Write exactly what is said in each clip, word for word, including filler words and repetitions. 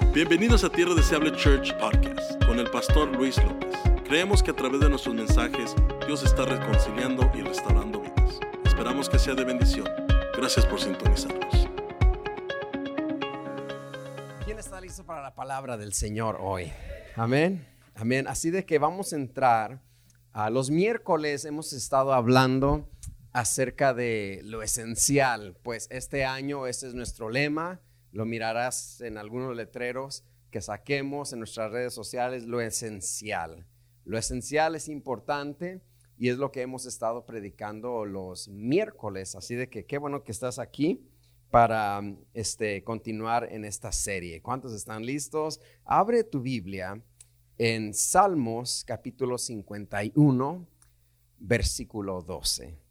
Bienvenidos a Tierra Deseable Church Podcast con el pastor Luis López. Creemos que a través de nuestros mensajes Dios está reconciliando y restaurando vidas. Esperamos que sea de bendición. Gracias por sintonizarnos. ¿Quién está listo para la palabra del Señor hoy? Amén, amén. Así de que vamos a entrar. A los miércoles hemos estado hablando acerca de lo esencial, pues este año ese es nuestro lema. Lo mirarás en algunos letreros que saquemos en nuestras redes sociales, lo esencial. Lo esencial es importante y es lo que hemos estado predicando los miércoles. Así de que qué bueno que estás aquí para este, continuar en esta serie. ¿Cuántos están listos? Abre tu Biblia en Salmos capítulo cincuenta y uno, versículo doce.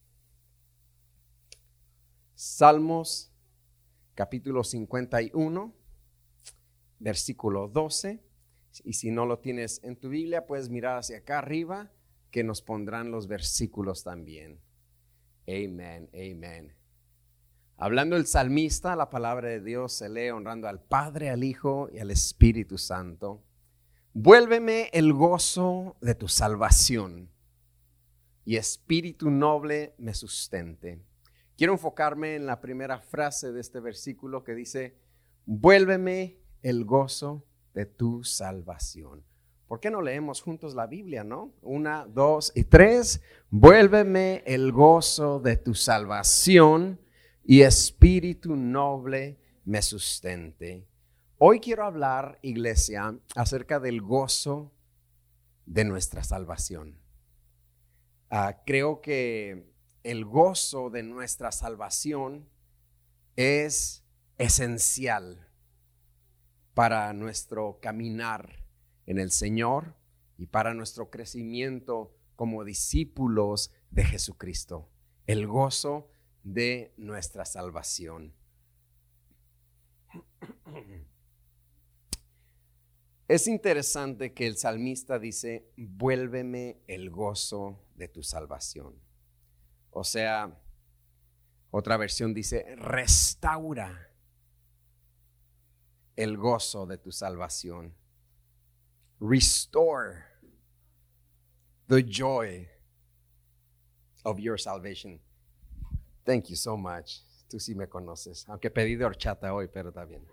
Salmos capítulo cincuenta y uno, versículo doce. Y si no lo tienes en tu Biblia, puedes mirar hacia acá arriba, que nos pondrán los versículos también. Amén, amén. Hablando el salmista, la palabra de Dios se lee honrando al Padre, al Hijo y al Espíritu Santo. Vuélveme el gozo de tu salvación, y espíritu noble me sustente. Quiero enfocarme en la primera frase de este versículo que dice, vuélveme el gozo de tu salvación. ¿Por qué no leemos juntos la Biblia, no? Una, dos y tres. Vuélveme el gozo de tu salvación y espíritu noble me sustente. Hoy quiero hablar, iglesia, acerca del gozo de nuestra salvación. Uh, creo que el gozo de nuestra salvación es esencial para nuestro caminar en el Señor y para nuestro crecimiento como discípulos de Jesucristo. El gozo de nuestra salvación. Es interesante que el salmista dice, vuélveme el gozo de tu salvación. O sea, otra versión dice, restaura el gozo de tu salvación. Restore the joy of your salvation. Thank you so much. Tú sí me conoces, aunque pedí de horchata hoy, pero está bien.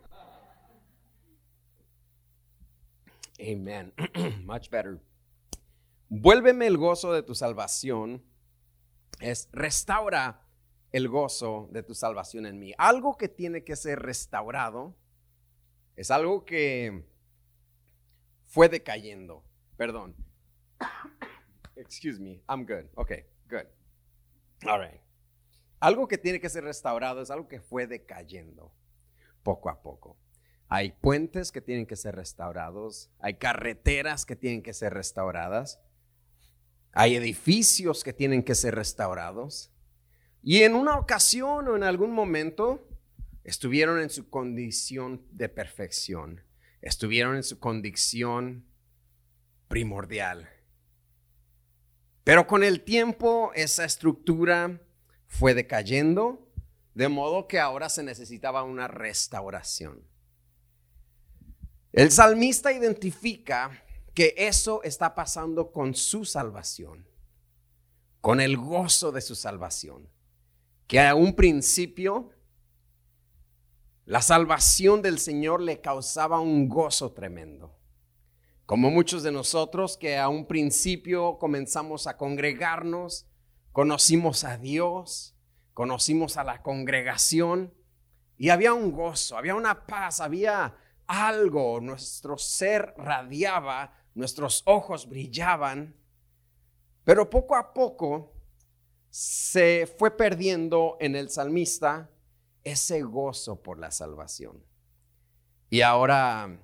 Amen. Much better. Vuélveme el gozo de tu salvación. Es restaura el gozo de tu salvación en mí. Algo que tiene que ser restaurado es algo que fue decayendo. Perdón. Excuse me. I'm good. Okay, good. All right. Algo que tiene que ser restaurado es algo que fue decayendo poco a poco. Hay puentes que tienen que ser restaurados. Hay carreteras que tienen que ser restauradas. Hay edificios que tienen que ser restaurados. Y en una ocasión o en algún momento estuvieron en su condición de perfección. Estuvieron en su condición primordial. Pero con el tiempo esa estructura fue decayendo, de modo que ahora se necesitaba una restauración. El salmista identifica que eso está pasando con su salvación, con el gozo de su salvación, que a un principio la salvación del Señor le causaba un gozo tremendo. Como muchos de nosotros que a un principio comenzamos a congregarnos, conocimos a Dios, conocimos a la congregación y había un gozo, había una paz, había algo, nuestro ser radiaba, nuestros ojos brillaban, pero poco a poco se fue perdiendo en el salmista ese gozo por la salvación. Y ahora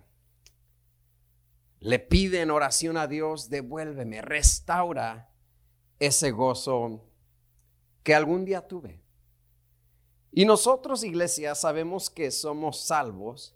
le pide en oración a Dios, devuélveme, restaura ese gozo que algún día tuve. Y nosotros, iglesia, sabemos que somos salvos,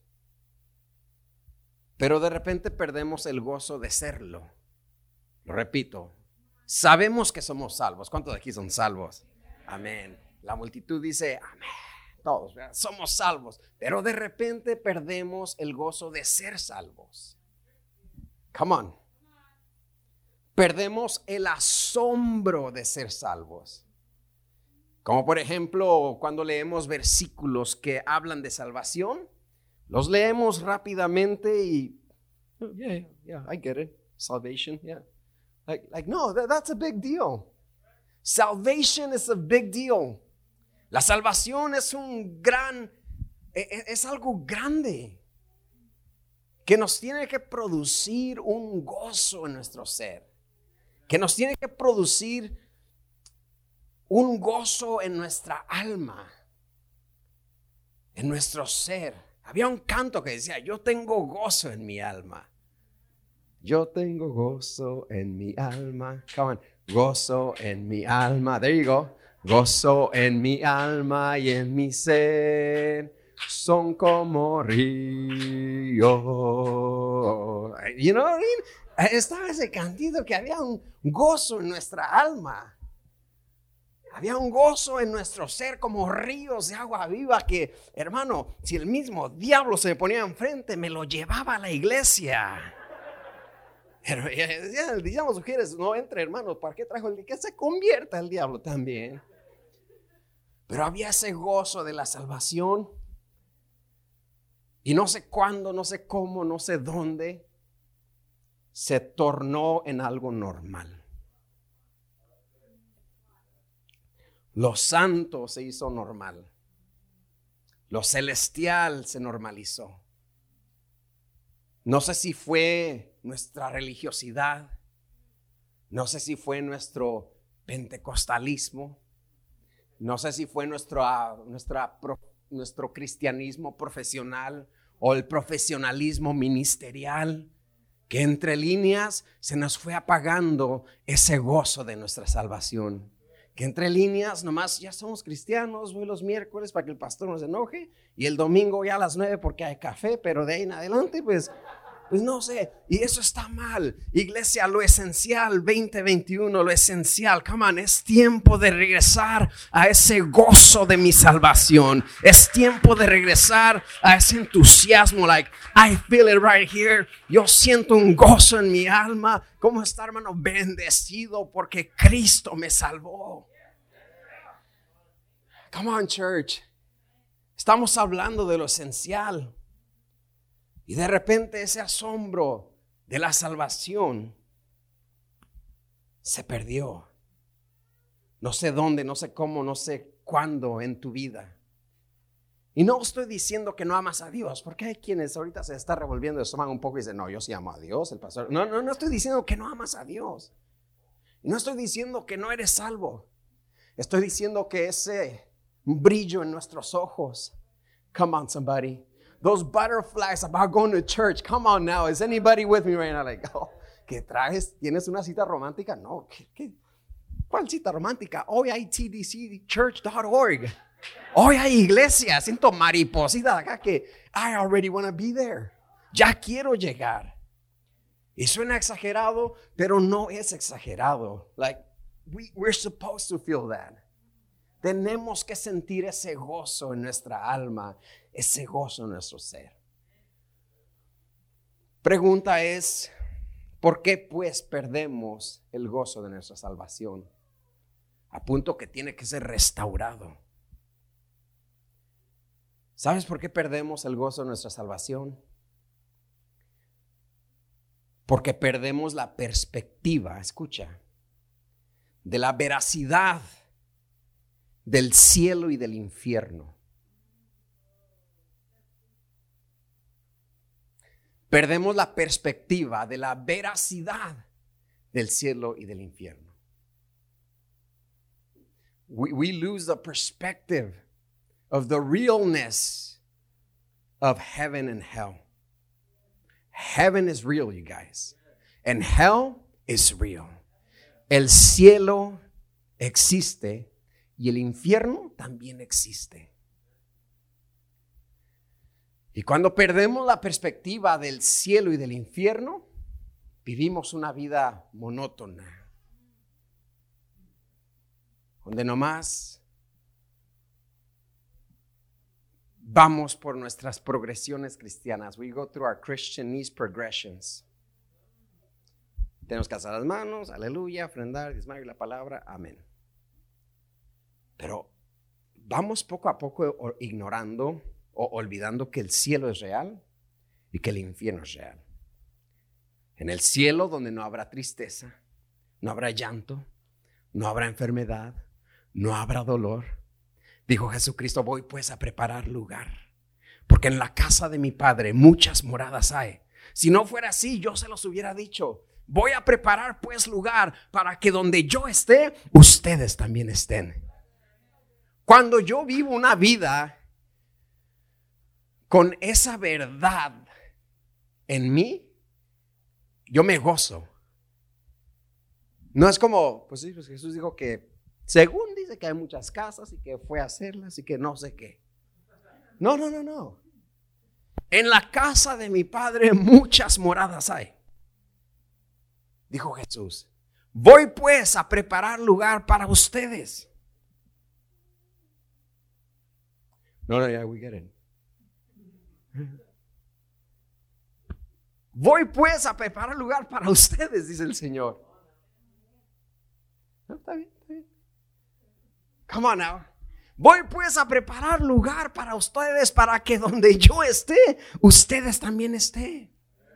pero de repente perdemos el gozo de serlo. Lo repito, sabemos que somos salvos. ¿Cuántos de aquí son salvos? Amén. La multitud dice amén. todos, ¿verdad? Somos salvos, pero de repente perdemos el gozo de ser salvos. Come on. Perdemos el asombro de ser salvos. Como por ejemplo, cuando leemos versículos que hablan de salvación, los leemos rápidamente y oh, yeah, yeah, I get it. Salvation, yeah. Like, like no, that, that's a big deal. Salvation is a big deal. La salvación es un gran, es, es algo grande que nos tiene que producir un gozo en nuestro ser, que nos tiene que producir un gozo en nuestra alma, en nuestro ser. Había un canto que decía, yo tengo gozo en mi alma. Yo tengo gozo en mi alma. Come on. Gozo en mi alma. There you go. Gozo en mi alma y en mi ser. Son como ríos. You know what I mean? Estaba ese cantito que había un gozo en nuestra alma. Había un gozo en nuestro ser como ríos de agua viva que, hermano, si el mismo diablo se me ponía enfrente, me lo llevaba a la iglesia. Pero ya, ya, digamos, mujeres, no entre, hermanos, ¿para qué trajo el diablo? Que se convierta el diablo también. Pero había ese gozo de la salvación. Y no sé cuándo, no sé cómo, no sé dónde, se tornó en algo normal. Lo santo se hizo normal. Lo celestial se normalizó. No sé si fue nuestra religiosidad. No sé si fue nuestro pentecostalismo. No sé si fue nuestro, nuestra, nuestro cristianismo profesional o el profesionalismo ministerial, que entre líneas se nos fue apagando ese gozo de nuestra salvación. Que entre líneas nomás ya somos cristianos, voy los miércoles para que el pastor no se enoje y el domingo ya a las nueve porque hay café, pero de ahí en adelante pues, pues no sé, y eso está mal. Iglesia, lo esencial, veinte veintiuno, lo esencial, come on, es tiempo de regresar a ese gozo de mi salvación. Es tiempo de regresar a ese entusiasmo, like, I feel it right here. Yo siento un gozo en mi alma. ¿Cómo está, hermano? Bendecido porque Cristo me salvó. Come on, church. Estamos hablando de lo esencial. Y de repente ese asombro de la salvación se perdió. No sé dónde, no sé cómo, no sé cuándo en tu vida. Y no estoy diciendo que no amas a Dios, porque hay quienes ahorita se está revolviendo el estómago un poco y dicen, no, yo sí amo a Dios, el pastor. No, no, no estoy diciendo que no amas a Dios. No estoy diciendo que no eres salvo. Estoy diciendo que ese brillo en nuestros ojos. Come on, somebody. Those butterflies about going to church. Come on now. Is anybody with me right now? Like, oh, ¿qué traes? ¿Tienes una cita romántica? No. ¿Qué, qué? ¿Cuál cita romántica? Hoy hay T D C church dot org. Hoy hay iglesia. Siento mariposita acá que I already want to be there. Ya quiero llegar. Y suena exagerado, pero no es exagerado. Like, we, we're supposed to feel that. Tenemos que sentir ese gozo en nuestra alma, ese gozo en nuestro ser. Pregunta es, ¿por qué pues perdemos el gozo de nuestra salvación? A punto que tiene que ser restaurado. ¿Sabes por qué perdemos el gozo de nuestra salvación? Porque perdemos la perspectiva, escucha, de la veracidad del cielo y del infierno. Perdemos la perspectiva de la veracidad del cielo y del infierno. We, we lose the perspective of the realness of heaven and hell. Heaven is real, you guys. And hell is real. El cielo existe y el infierno también existe. Y cuando perdemos la perspectiva del cielo y del infierno, vivimos una vida monótona, donde nomás vamos por nuestras progresiones cristianas. We go through our Christianese progressions. Tenemos que alzar las manos, aleluya, ofrendar, diezmar la palabra, amén. Pero vamos poco a poco ignorando o olvidando que el cielo es real y que el infierno es real. En el cielo, donde no habrá tristeza, no habrá llanto, no habrá enfermedad, no habrá dolor. Dijo Jesucristo, voy pues a preparar lugar, porque en la casa de mi Padre muchas moradas hay. Si no fuera así, yo se los hubiera dicho. Voy a preparar pues lugar para que donde yo esté, ustedes también estén. Cuando yo vivo una vida con esa verdad en mí, yo me gozo. No es como, pues sí, pues Jesús dijo que según dice que hay muchas casas y que fue a hacerlas y que no sé qué. No, no, no, no. En la casa de mi Padre muchas moradas hay. Dijo Jesús, voy pues a preparar lugar para ustedes. No, no, ya, we get it. Voy pues a preparar lugar para ustedes, dice el Señor. No, está bien, está bien. Come on now. Voy pues a preparar lugar para ustedes, para que donde yo esté, ustedes también estén.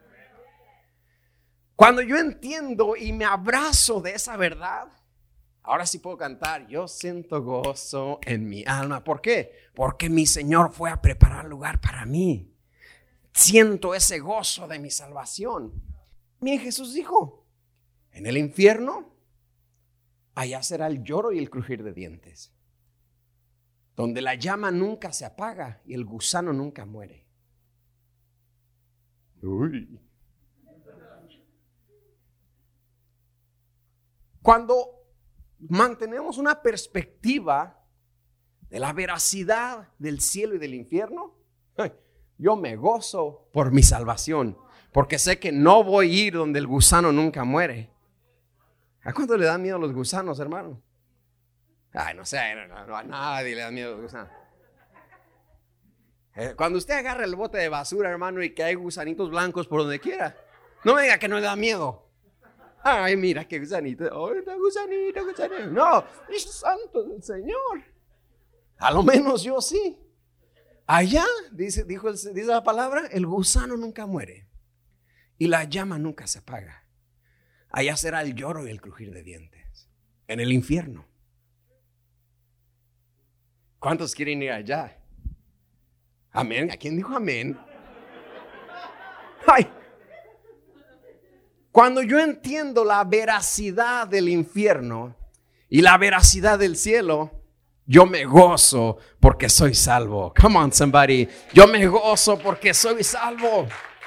Cuando yo entiendo y me abrazo de esa verdad, ahora sí puedo cantar. Yo siento gozo en mi alma. ¿Por qué? Porque mi Señor fue a preparar lugar para mí. Siento ese gozo de mi salvación. Miren, Jesús dijo, en el infierno, allá será el lloro y el crujir de dientes, donde la llama nunca se apaga y el gusano nunca muere. Uy. Cuando mantenemos una perspectiva de la veracidad del cielo y del infierno, yo me gozo por mi salvación, porque sé que no voy a ir donde el gusano nunca muere. ¿A cuánto le dan miedo a los gusanos, hermano? Ay, no sé, no, no, a nadie le da miedo a los gusanos. Cuando usted agarra el bote de basura, hermano, y que hay gusanitos blancos por donde quiera, no me diga que no le da miedo. Ay, mira qué gusanito. Oh, gusanito, gusanito. No, es santo del Señor. A lo menos yo sí. Allá, dice, dijo, dice la palabra, el gusano nunca muere y la llama nunca se apaga. Allá será el lloro y el crujir de dientes. En el infierno. ¿Cuántos quieren ir allá? Amén. ¿A quién dijo amén? Ay. Cuando yo entiendo la veracidad del infierno y la veracidad del cielo, yo me gozo porque soy salvo. Come on, somebody. Yo me gozo porque soy salvo.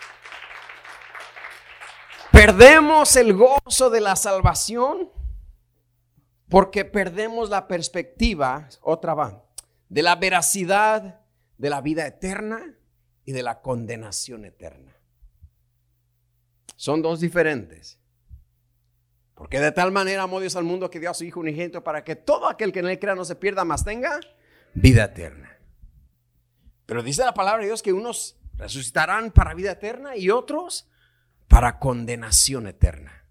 Perdemos el gozo de la salvación porque perdemos la perspectiva, otra vez, de la veracidad de la vida eterna y de la condenación eterna. Son dos diferentes. Porque de tal manera amó Dios al mundo que dio a su Hijo unigénito para que todo aquel que en él crea no se pierda, mas tenga vida eterna. Pero dice la palabra de Dios que unos resucitarán para vida eterna y otros para condenación eterna.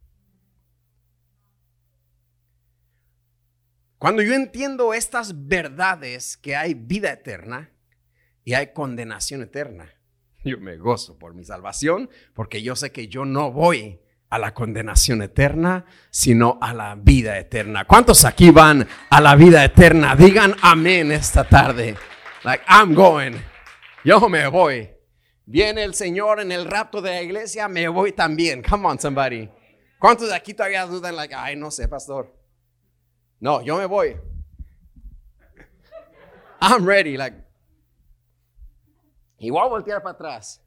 Cuando yo entiendo estas verdades, que hay vida eterna y hay condenación eterna, yo me gozo por mi salvación, porque yo sé que yo no voy a la condenación eterna, sino a la vida eterna. ¿Cuántos aquí van a la vida eterna? Digan amén esta tarde. Like, I'm going. Yo me voy. Viene el Señor en el rapto de la iglesia, me voy también. Come on, somebody. ¿Cuántos de aquí todavía dudan? Like, ay, no sé, pastor. No, yo me voy. I'm ready. Like, y voy a voltear para atrás.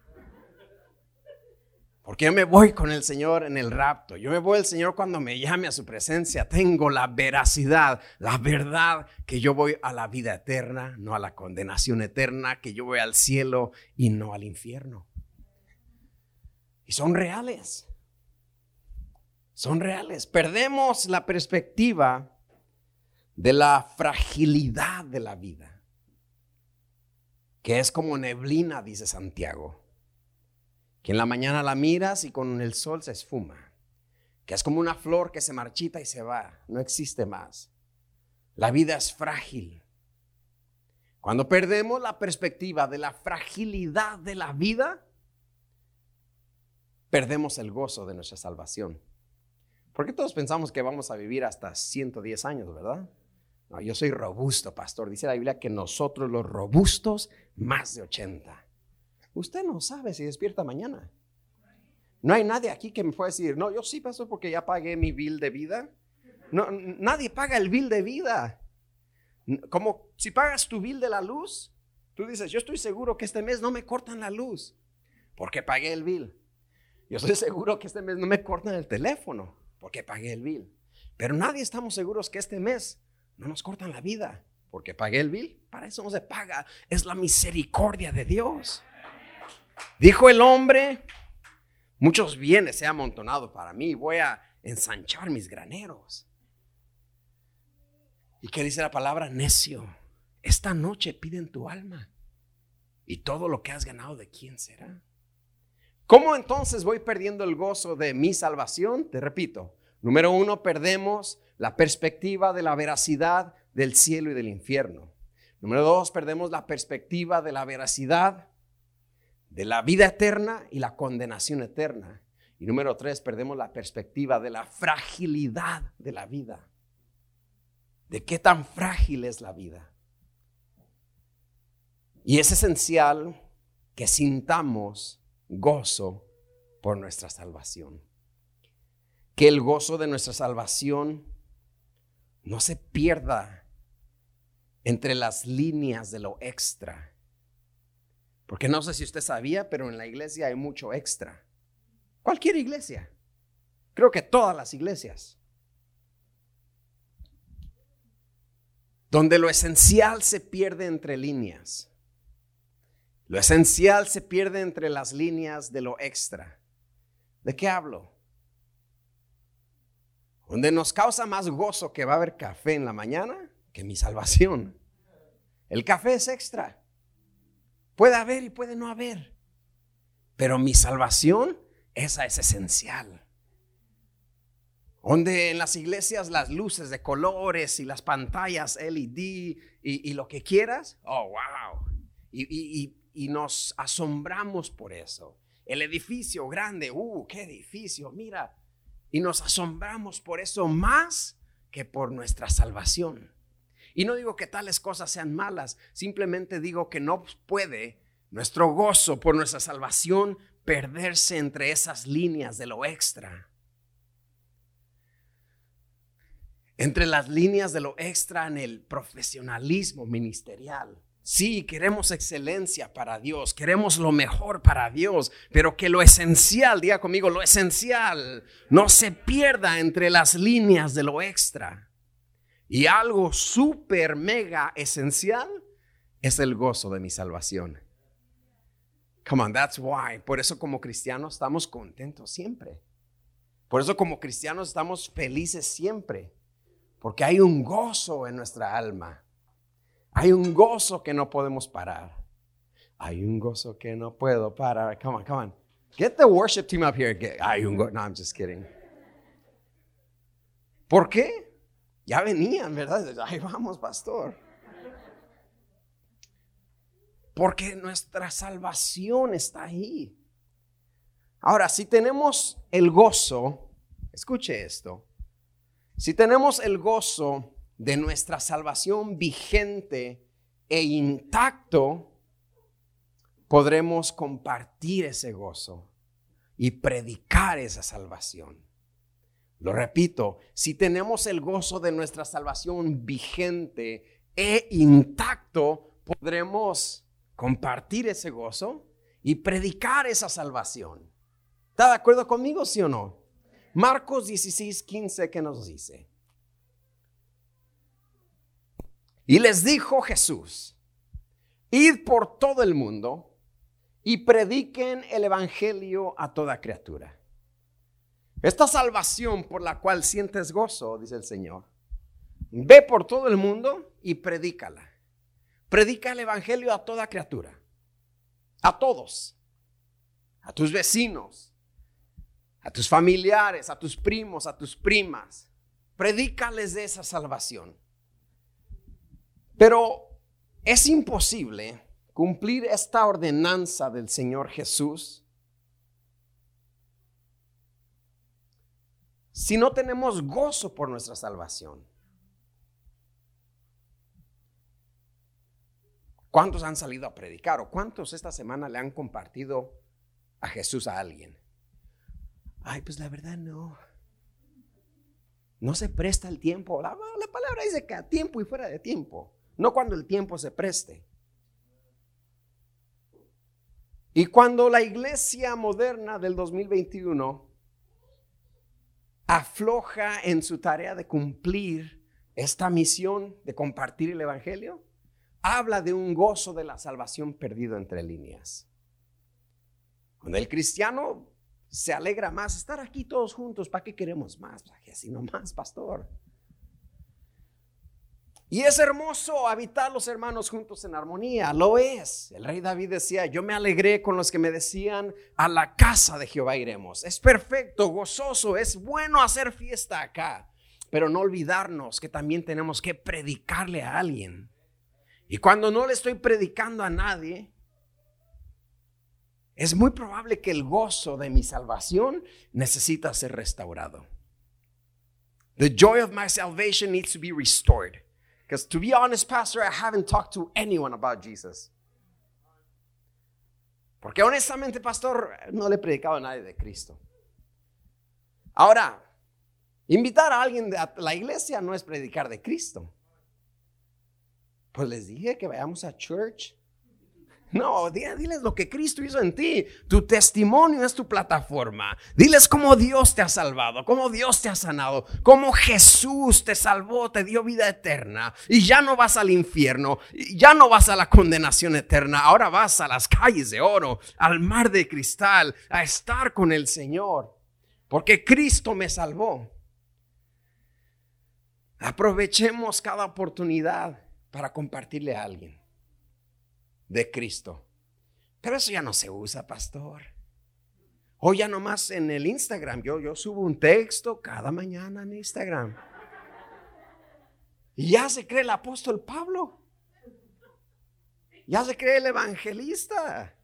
Porque yo me voy con el Señor en el rapto. Yo me voy al Señor cuando me llame a su presencia. Tengo la veracidad, la verdad que yo voy a la vida eterna, no a la condenación eterna, que yo voy al cielo y no al infierno. Y son reales. Son reales. Perdemos la perspectiva de la fragilidad de la vida. que es como neblina, dice Santiago, que en la mañana la miras y con el sol se esfuma, que es como una flor que se marchita y se va, no existe más. La vida es frágil. Cuando perdemos la perspectiva de la fragilidad de la vida, perdemos el gozo de nuestra salvación. Porque todos pensamos que vamos a vivir hasta ciento diez años, ¿verdad? No, yo soy robusto, pastor. Dice la Biblia que nosotros los robustos, más de ochenta. Usted no sabe si despierta mañana. No hay nadie aquí que me pueda decir, no, yo sí, pastor, porque ya pagué mi bill de vida. No, nadie paga el bill de vida. Como si pagas tu bill de la luz, tú dices, yo estoy seguro que este mes no me cortan la luz porque pagué el bill. Yo estoy seguro que este mes no me cortan el teléfono porque pagué el bill. Pero nadie estamos seguros que este mes no nos cortan la vida porque pagué el bill. Para eso no se paga, es la misericordia de Dios. Dijo el hombre, muchos bienes se han amontonado para mí, voy a ensanchar mis graneros. ¿Y qué dice la palabra? Necio, esta noche piden tu alma y todo lo que has ganado, ¿de quién será? ¿Cómo entonces voy perdiendo el gozo de mi salvación? Te repito, número uno, perdemos la perspectiva de la veracidad del cielo y del infierno. Número dos, perdemos la perspectiva de la veracidad de la vida eterna y la condenación eterna. Y número tres, perdemos la perspectiva de la fragilidad de la vida. De qué tan frágil es la vida. Y es esencial que sintamos gozo por nuestra salvación. Que el gozo de nuestra salvación no se pierda entre las líneas de lo extra. Porque no sé si usted sabía, pero en la iglesia hay mucho extra. Cualquier iglesia. Creo que todas las iglesias. Donde lo esencial se pierde entre líneas. Lo esencial se pierde entre las líneas de lo extra. ¿De qué hablo? Donde nos causa más gozo que va a haber café en la mañana que mi salvación. El café es extra. Puede haber y puede no haber. Pero mi salvación, esa es esencial. Donde en las iglesias las luces de colores y las pantallas L E D y, y lo que quieras. Oh, wow. Y, y, y, y nos asombramos por eso. El edificio grande. Uh, qué edificio, mira. Y nos asombramos por eso más que por nuestra salvación. Y no digo que tales cosas sean malas. Simplemente digo que no puede nuestro gozo por nuestra salvación perderse entre esas líneas de lo extra. Entre las líneas de lo extra en el profesionalismo ministerial. Sí, queremos excelencia para Dios, queremos lo mejor para Dios, pero que lo esencial, diga conmigo, lo esencial no se pierda entre las líneas de lo extra. Y algo súper mega esencial es el gozo de mi salvación. Come on, that's why. Por eso como cristianos estamos contentos siempre. Por eso como cristianos estamos felices siempre. Porque hay un gozo en nuestra alma. Hay un gozo que no podemos parar. Hay un gozo que no puedo parar. Come on, come on. Get the worship team up here. Get, hay un gozo. No, I'm just kidding. ¿Por qué? Ya venían, ¿verdad? Ahí vamos, pastor. Porque nuestra salvación está ahí. Ahora, si tenemos el gozo, escuche esto. Si tenemos el gozo de nuestra salvación vigente e intacto, podremos compartir ese gozo y predicar esa salvación. Lo repito, si tenemos el gozo de nuestra salvación vigente e intacto, podremos compartir ese gozo y predicar esa salvación. ¿Está de acuerdo conmigo, sí o no? Marcos dieciséis, quince, ¿qué nos dice? Y les dijo Jesús: id por todo el mundo y prediquen el evangelio a toda criatura. Esta salvación por la cual sientes gozo, dice el Señor, ve por todo el mundo y predícala. Predica el evangelio a toda criatura, a todos, a tus vecinos, a tus familiares, a tus primos, a tus primas. Predícales de esa salvación. Pero es imposible cumplir esta ordenanza del Señor Jesús si no tenemos gozo por nuestra salvación. ¿Cuántos han salido a predicar o cuántos esta semana le han compartido a Jesús a alguien? Ay, pues la verdad no. No se presta el tiempo. La, la palabra dice que a tiempo y fuera de tiempo. No cuando el tiempo se preste. Y cuando la iglesia moderna del dos mil veintiuno afloja en su tarea de cumplir esta misión de compartir el evangelio, habla de un gozo de la salvación perdido entre líneas. Cuando el cristiano se alegra más estar aquí todos juntos, ¿para qué queremos más? Así no más, pastor. Y es hermoso habitar los hermanos juntos en armonía, lo es. El rey David decía, yo me alegré con los que me decían, a la casa de Jehová iremos. Es perfecto, gozoso, es bueno hacer fiesta acá, pero no olvidarnos que también tenemos que predicarle a alguien. Y cuando no le estoy predicando a nadie, es muy probable que el gozo de mi salvación necesita ser restaurado. The joy of my salvation needs to be restored. Because to be honest, pastor, I haven't talked to anyone about Jesus. Porque honestamente, pastor, no le he predicado a nadie de Cristo. Ahora, invitar a alguien a la iglesia no es predicar de Cristo. Pues les dije que vayamos a church. No, diles lo que Cristo hizo en ti. Tu testimonio es tu plataforma. Diles cómo Dios te ha salvado, cómo Dios te ha sanado, cómo Jesús te salvó, te dio vida eterna. Y ya no vas al infierno, ya no vas a la condenación eterna. Ahora vas a las calles de oro, al mar de cristal, a estar con el Señor. Porque Cristo me salvó. Aprovechemos cada oportunidad para compartirle a alguien de Cristo. Pero eso ya no se usa, pastor. O ya nomás en el Instagram. Yo, yo subo un texto cada mañana en Instagram. Y ya se cree el apóstol Pablo. Ya se cree el evangelista.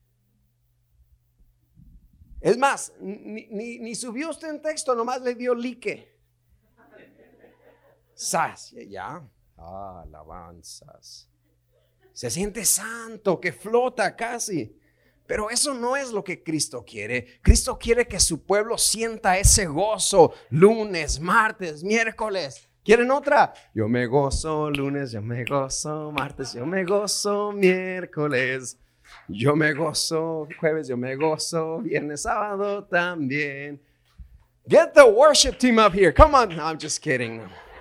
Es más, ni, ni, ni subió usted un texto, nomás le dio like. Sas, ya. Ah, alabanzas. Se siente santo, que flota casi. Pero eso no es lo que Cristo quiere. Cristo quiere que su pueblo sienta ese gozo lunes, martes, miércoles. ¿Quieren otra? Yo me gozo lunes, yo me gozo martes, yo me gozo miércoles. Yo me gozo jueves, yo me gozo viernes, sábado también. Get the worship team up here. Come on. No, I'm just kidding.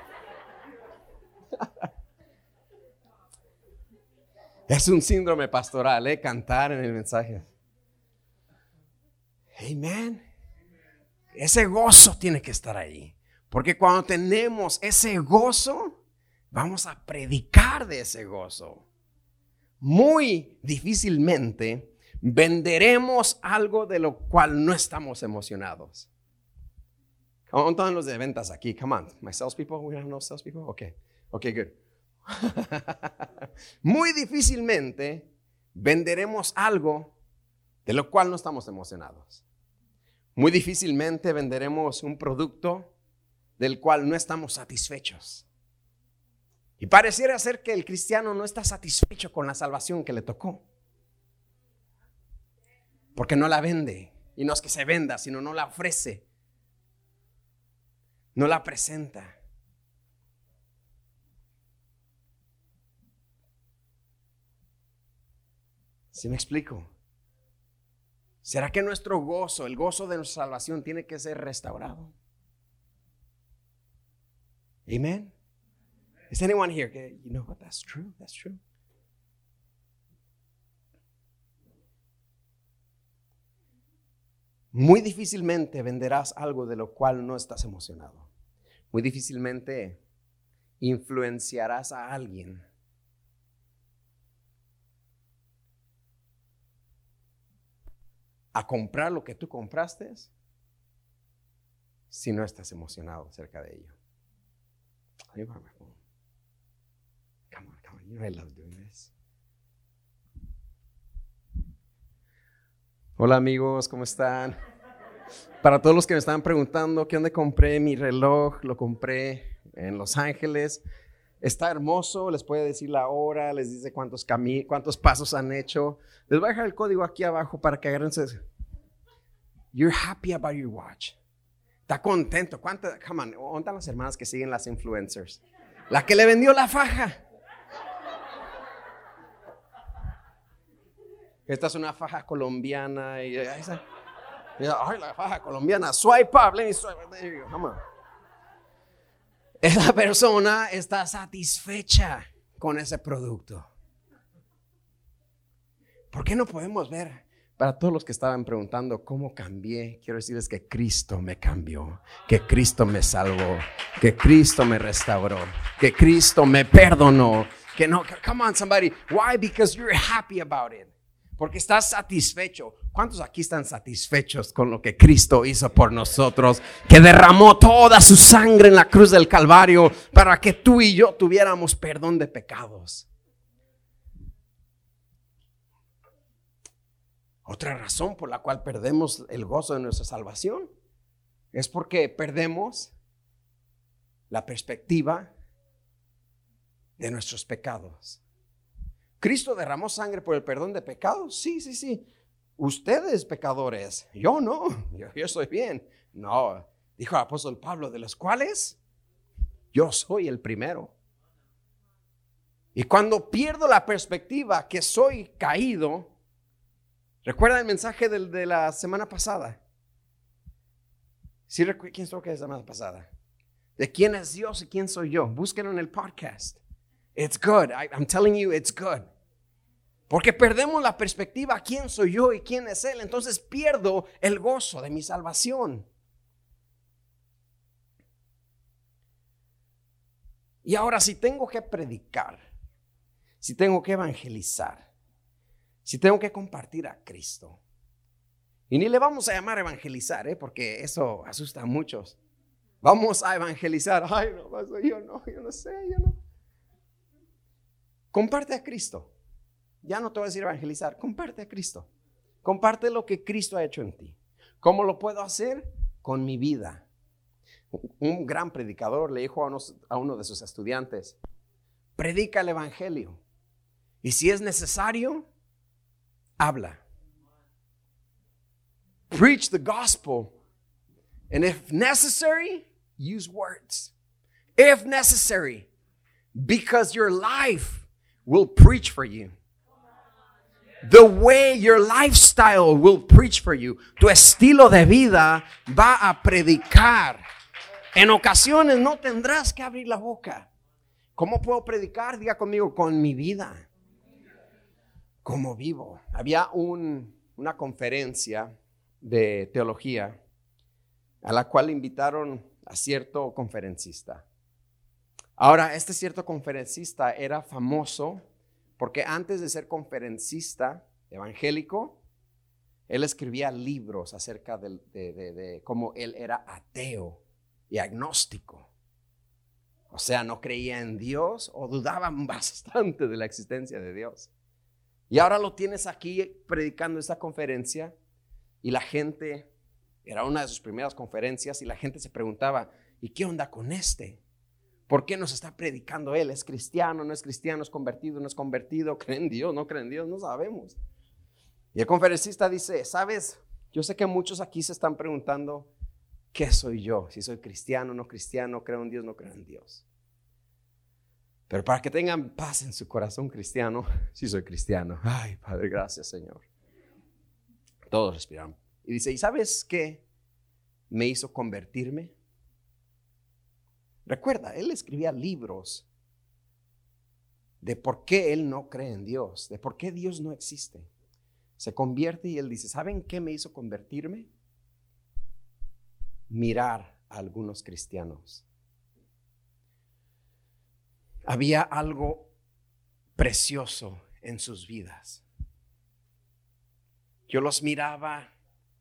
Es un síndrome pastoral, ¿eh? Cantar en el mensaje. Amen. Ese gozo tiene que estar ahí. Porque cuando tenemos ese gozo, vamos a predicar de ese gozo. Muy difícilmente venderemos algo de lo cual no estamos emocionados. ¿Cómo están los de ventas aquí? Come on. My salespeople, we have no salespeople? Okay. Okay, good. Muy difícilmente venderemos algo de lo cual no estamos emocionados. Muy difícilmente venderemos un producto del cual no estamos satisfechos. Y pareciera ser que el cristiano no está satisfecho con la salvación que le tocó, porque no la vende. Y no es que se venda, sino no la ofrece, no la presenta. ¿Sí me explico? ¿Será que nuestro gozo, el gozo de nuestra salvación, tiene que ser restaurado? Amen. Is anyone here? You know what? That's true. That's true. Muy difícilmente venderás algo de lo cual no estás emocionado. Muy difícilmente influenciarás a alguien a comprar lo que tú compraste si no estás emocionado acerca de ello. Come on, come on, you know I love doing this. Hola amigos, ¿cómo están? Para todos los que me estaban preguntando ¿qué dónde compré mi reloj? Lo compré en Los Ángeles. Está hermoso, les puede decir la hora, les dice cuántos, cami- cuántos pasos han hecho. Les voy a dejar el código aquí abajo para que agárrense. You're happy about your watch. Está contento. ¿Cuántas? Come on, ¿dónde están las hermanas que siguen las influencers? La que le vendió la faja. Esta es una faja colombiana. Y, esa, y, ay, la faja colombiana. Swipe up, let me swipe up. There you go. Come on. Esa persona está satisfecha con ese producto. ¿Por qué no podemos ver? Para todos los que estaban preguntando cómo cambié, quiero decirles que Cristo me cambió, que Cristo me salvó, que Cristo me restauró, que Cristo me perdonó. Que no, come on somebody, why? Because you're happy about it. Porque estás satisfecho. ¿Cuántos aquí están satisfechos con lo que Cristo hizo por nosotros? Que derramó toda su sangre en la cruz del Calvario para que tú y yo tuviéramos perdón de pecados. Otra razón por la cual perdemos el gozo de nuestra salvación es porque perdemos la perspectiva de nuestros pecados. ¿Cristo derramó sangre por el perdón de pecados? Sí, sí, sí. Ustedes pecadores, yo no, yo, yo estoy bien. No, dijo el apóstol Pablo, de los cuales yo soy el primero. Y cuando pierdo la perspectiva que soy caído, ¿recuerdan el mensaje de, de la semana pasada? ¿Sí, ¿Quién soy que la semana pasada? De quién es Dios y quién soy yo. Búsquenlo en el podcast. It's good. I, I'm telling you, it's good. Porque perdemos la perspectiva, quién soy yo y quién es Él. Entonces pierdo el gozo de mi salvación. Y ahora si tengo que predicar, si tengo que evangelizar, si tengo que compartir a Cristo, y ni le vamos a llamar evangelizar, ¿eh? Porque eso asusta a muchos. Vamos a evangelizar. Ay, no, yo no, yo no sé, yo no. Comparte a Cristo. Ya no te voy a decir evangelizar, comparte a Cristo. Comparte lo que Cristo ha hecho en ti. ¿Cómo lo puedo hacer? Con mi vida. Un gran predicador le dijo a, unos, a uno de sus estudiantes, predica el evangelio. Y si es necesario, habla. Preach the gospel. And if necessary, use words. If necessary, because your life will preach for you. The way your lifestyle will preach for you. Tu estilo de vida va a predicar. En ocasiones no tendrás que abrir la boca. ¿Cómo puedo predicar? Diga conmigo, con mi vida. Como vivo. Había un, una conferencia de teología a la cual invitaron a cierto conferencista. Ahora, este cierto conferencista era famoso porque antes de ser conferencista evangélico, él escribía libros acerca de, de, de, de cómo él era ateo y agnóstico. O sea, no creía en Dios o dudaba bastante de la existencia de Dios. Y ahora lo tienes aquí predicando esta conferencia y la gente, era una de sus primeras conferencias y la gente se preguntaba, ¿y qué onda con este? ¿Por qué nos está predicando él? ¿Es cristiano? ¿No es cristiano? ¿Es convertido? ¿No es convertido? ¿Cree en Dios? ¿No cree en Dios? No sabemos. Y el conferencista dice, ¿sabes? Yo sé que muchos aquí se están preguntando, ¿qué soy yo? Si soy cristiano, no cristiano, creo en Dios, no creo en Dios. Pero para que tengan paz en su corazón cristiano, sí soy cristiano. Ay, Padre, gracias, Señor. Todos respiran. Y dice, ¿y sabes qué me hizo convertirme? Recuerda, él escribía libros de por qué él no cree en Dios, de por qué Dios no existe. Se convierte y él dice, ¿saben qué me hizo convertirme? Mirar a algunos cristianos. Había algo precioso en sus vidas. Yo los miraba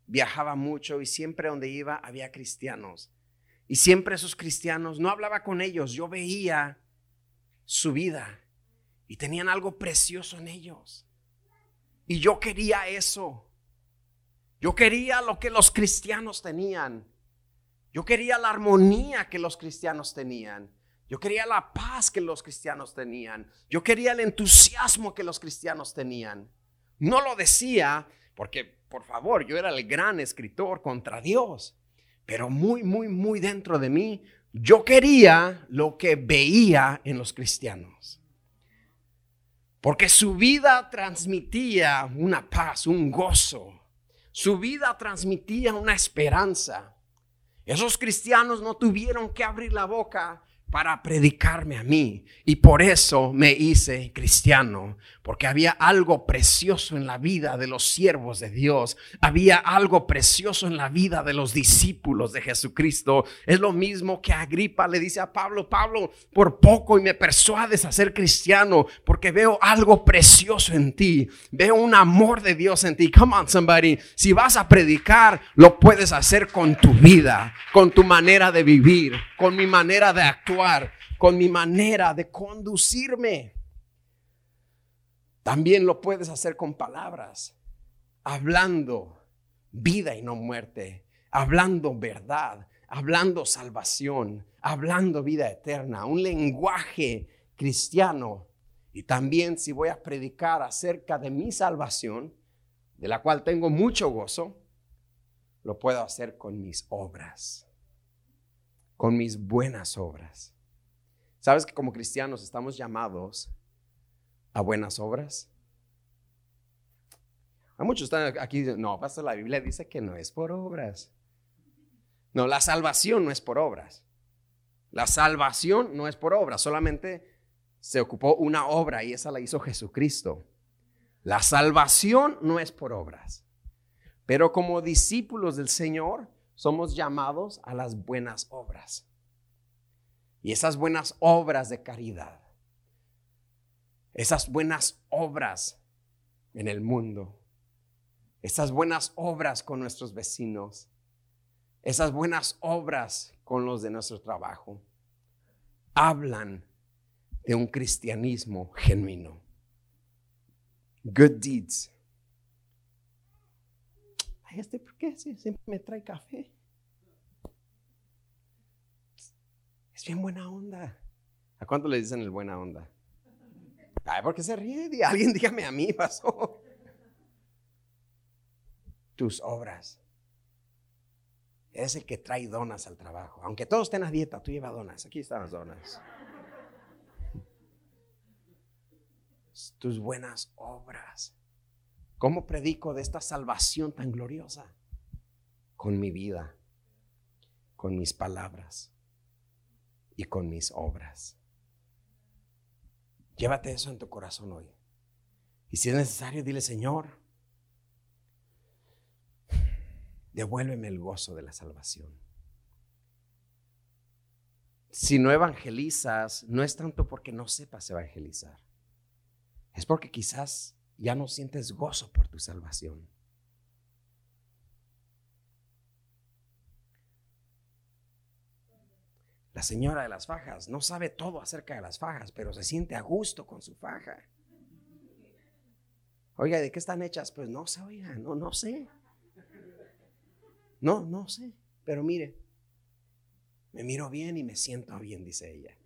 viajaba mucho y siempre donde iba había cristianos. Y siempre esos cristianos, no hablaba con ellos, yo veía su vida y tenían algo precioso en ellos. Y yo quería eso. Yo quería lo que los cristianos tenían. Yo quería la armonía que los cristianos tenían. Yo quería la paz que los cristianos tenían. Yo quería el entusiasmo que los cristianos tenían. No lo decía porque, por favor, yo era el gran escritor contra Dios. Pero muy, muy, muy dentro de mí, yo quería lo que veía en los cristianos. Porque su vida transmitía una paz, un gozo. Su vida transmitía una esperanza. Esos cristianos no tuvieron que abrir la boca para predicarme a mí. Y por eso me hice cristiano. Porque había algo precioso en la vida de los siervos de Dios. Había algo precioso en la vida de los discípulos de Jesucristo. Es lo mismo que Agripa le dice a Pablo: Pablo, por poco y me persuades a ser cristiano, porque veo algo precioso en ti. Veo un amor de Dios en ti. Come on, somebody. Si vas a predicar, lo puedes hacer con tu vida, con tu manera de vivir, con mi manera de actuar, con mi manera de conducirme. También lo puedes hacer con palabras, hablando vida y no muerte, hablando verdad, hablando salvación, hablando vida eterna, un lenguaje cristiano. Y también, si voy a predicar acerca de mi salvación, de la cual tengo mucho gozo, lo puedo hacer con mis obras, con mis buenas obras. ¿Sabes que como cristianos estamos llamados a buenas obras? Hay muchos están aquí, no, pastor, la Biblia dice que no es por obras. No, la salvación no es por obras. La salvación no es por obras, solamente se ocupó una obra y esa la hizo Jesucristo. La salvación no es por obras. Pero como discípulos del Señor somos llamados a las buenas obras. Y esas buenas obras de caridad, esas buenas obras en el mundo, esas buenas obras con nuestros vecinos, esas buenas obras con los de nuestro trabajo, hablan de un cristianismo genuino. Good deeds. Ay, este, ¿por qué siempre me trae café? Es bien buena onda. ¿A cuánto le dicen el buena onda? Ay, ¿por qué se ríe? Alguien dígame a mí, pasó. Tus obras. Es el que trae donas al trabajo. Aunque todos estén a dieta, tú llevas donas. Aquí están las donas. Tus buenas obras. ¿Cómo predico de esta salvación tan gloriosa? Con mi vida, con mis palabras y con mis obras. Llévate eso en tu corazón hoy. Y si es necesario, dile: Señor, devuélveme el gozo de la salvación. Si no evangelizas, no es tanto porque no sepas evangelizar. Es porque quizás ya no sientes gozo por tu salvación. La señora de las fajas no sabe todo acerca de las fajas, pero se siente a gusto con su faja. Oiga, ¿de qué están hechas? Pues no sé, oiga, no, no sé. No, no sé, pero mire, me miro bien y me siento bien, dice ella.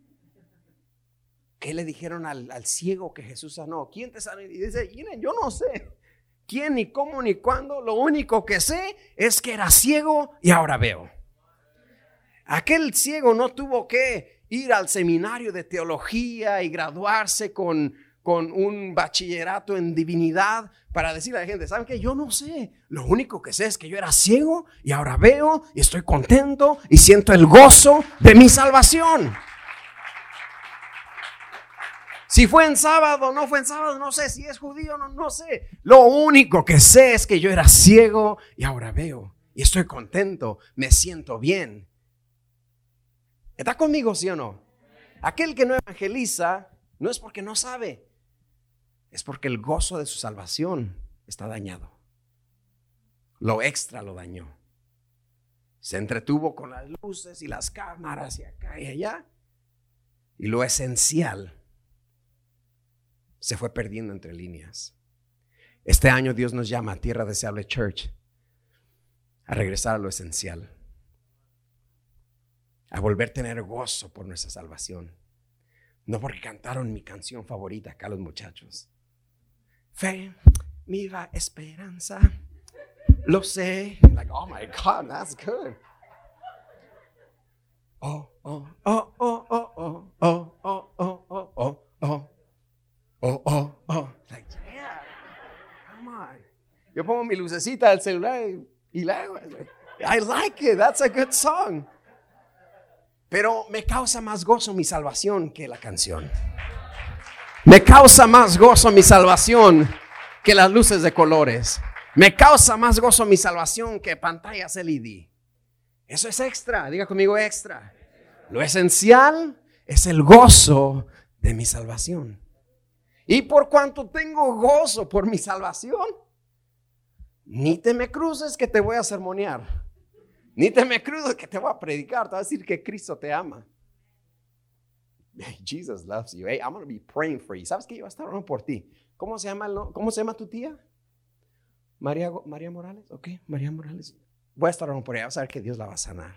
¿Qué le dijeron al, al ciego que Jesús sanó? ¿Quién te sanó? Y dice: miren, yo no sé quién, ni cómo, ni cuándo. Lo único que sé es que era ciego y ahora veo. Aquel ciego no tuvo que ir al seminario de teología y graduarse con, con un bachillerato en divinidad para decirle a la gente: ¿saben qué? Yo no sé. Lo único que sé es que yo era ciego y ahora veo y estoy contento y siento el gozo de mi salvación. Si fue en sábado, no fue en sábado, no sé. Si es judío, no, no sé. Lo único que sé es que yo era ciego y ahora veo y estoy contento, me siento bien. ¿Está conmigo, sí o no? Aquel que no evangeliza no es porque no sabe, es porque el gozo de su salvación está dañado. Lo extra lo dañó. Se entretuvo con las luces y las cámaras y acá y allá. Y lo esencial se fue perdiendo entre líneas. Este año Dios nos llama a Tierra Deseable Church a regresar a lo esencial, a volver a tener gozo por nuestra salvación. No porque cantaron mi canción favorita acá los muchachos. Fe, viva esperanza, lo sé. Like, oh my God, that's good. Oh, oh, oh, oh, oh, oh, oh, oh, oh, oh, oh, oh, oh, oh, oh. Like, yeah, come on. Yo pongo mi lucecita del celular y, y la hago. I like it, that's a good song. Pero me causa más gozo mi salvación que la canción. Me causa más gozo mi salvación que las luces de colores. Me causa más gozo mi salvación que pantallas L E D. Eso es extra, diga conmigo extra. Lo esencial es el gozo de mi salvación. Y por cuanto tengo gozo por mi salvación, ni te me cruces que te voy a sermonear. Ni te me cruces que te voy a predicar. Te voy a decir que Cristo te ama. Hey, Jesus loves you. Hey, I'm going to be praying for you. ¿Sabes qué? Yo voy a estar orando por ti. ¿Cómo se llama, ¿Cómo se llama tu tía? María, María Morales. Ok, María Morales. Voy a estar orando por ella. Vas a ver que Dios la va a sanar.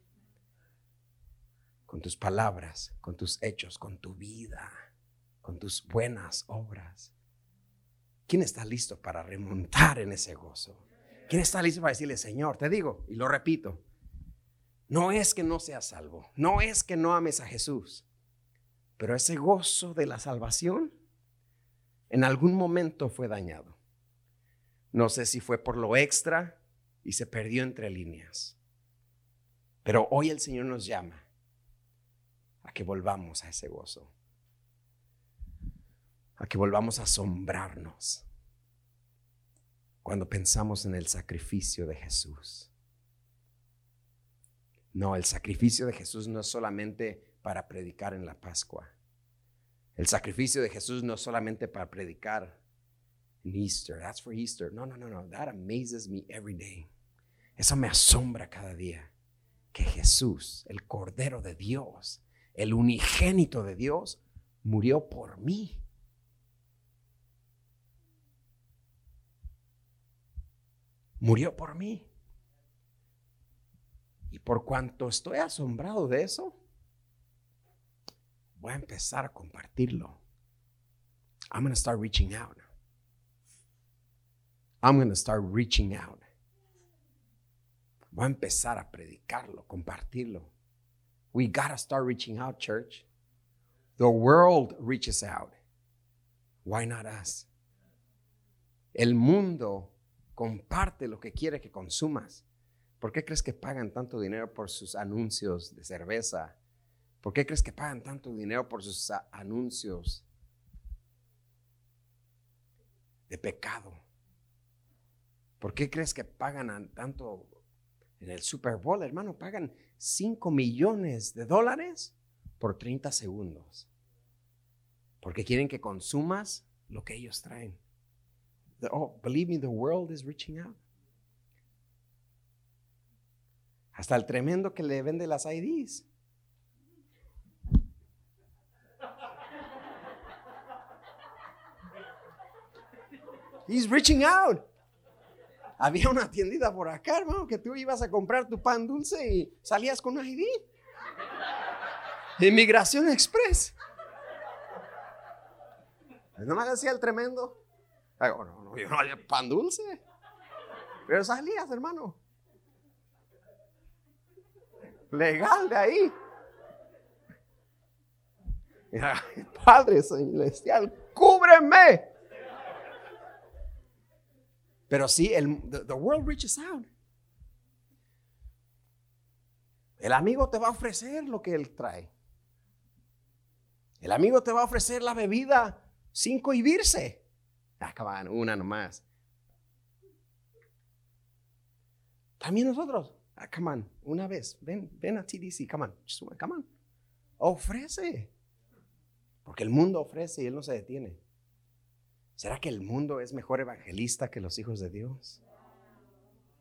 Con tus palabras, con tus hechos, con tu vida, con tus buenas obras. ¿Quién está listo para remontar en ese gozo? ¿Quién está listo para decirle, Señor, te digo, y lo repito, no es que no seas salvo, no es que no ames a Jesús, pero ese gozo de la salvación en algún momento fue dañado. No sé si fue por lo extra y se perdió entre líneas, pero hoy el Señor nos llama a que volvamos a ese gozo, a que volvamos a asombrarnos cuando pensamos en el sacrificio de Jesús. No, el sacrificio de Jesús no es solamente para predicar en la Pascua. El sacrificio de Jesús no es solamente para predicar en Easter. That's for Easter. No, no, no, no. That amazes me every day. Eso me asombra cada día. Que Jesús, el Cordero de Dios, el unigénito de Dios, murió por mí. Murió por mí. Y por cuanto estoy asombrado de eso, voy a empezar a compartirlo. I'm going to start reaching out. I'm going to start reaching out. Voy a empezar a predicarlo, compartirlo. We got to start reaching out, church. The world reaches out. Why not us? El mundo comparte lo que quiere que consumas. ¿Por qué crees que pagan tanto dinero por sus anuncios de cerveza? ¿Por qué crees que pagan tanto dinero por sus a- anuncios de pecado? ¿Por qué crees que pagan tanto en el Super Bowl, hermano? Pagan cinco millones de dólares por treinta segundos. Porque quieren que consumas lo que ellos traen. The, oh, believe me, the world is reaching out. Hasta el tremendo que le vende las I Ds. He's reaching out. Había una tiendita por acá, hermano, que tú ibas a comprar tu pan dulce y salías con una I D. Inmigración Express. No me decía el tremendo. Ay, oh, no, no, yo no había pan dulce. Pero salías, hermano. Legal de ahí. Mira, Padre Celestial, cúbreme. Pero sí, el, the, the world reaches out. El amigo te va a ofrecer lo que él trae. El amigo te va a ofrecer la bebida sin cohibirse. Ah, come on, una nomás. También nosotros, ah, come on, una vez, ven, ven a T D C, come on, just, come on. Ofrece. Porque el mundo ofrece y él no se detiene. ¿Será que el mundo es mejor evangelista que los hijos de Dios?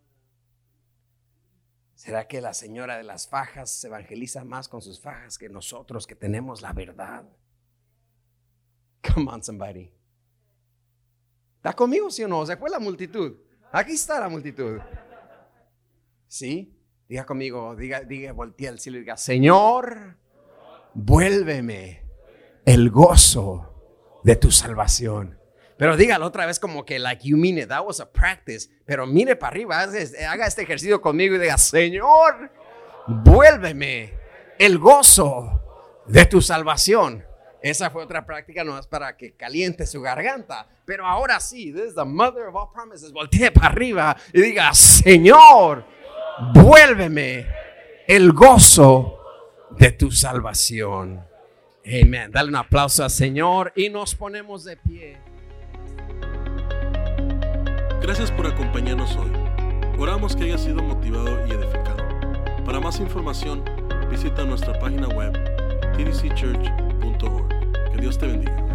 ¿Será que la señora de las fajas evangeliza más con sus fajas que nosotros que tenemos la verdad? Come on, somebody. ¿Está conmigo, sí o no? Se fue la multitud. Aquí está la multitud. ¿Sí? Diga conmigo, diga, diga, voltea al cielo y diga: Señor, vuélveme el gozo de tu salvación. Pero dígalo otra vez como que like you mean it. That was a practice. Pero mire para arriba, haga este ejercicio conmigo y diga: Señor, vuélveme el gozo de tu salvación. Esa fue otra práctica, no es para que caliente su garganta. Pero ahora sí, this is the mother of all promises. Voltee para arriba y diga: Señor, vuélveme el gozo de tu salvación. Amén. Dale un aplauso al Señor y nos ponemos de pie. Gracias por acompañarnos hoy. Oramos que haya sido motivado y edificado. Para más información, visita nuestra página web t d c church punto org. Que Dios te bendiga.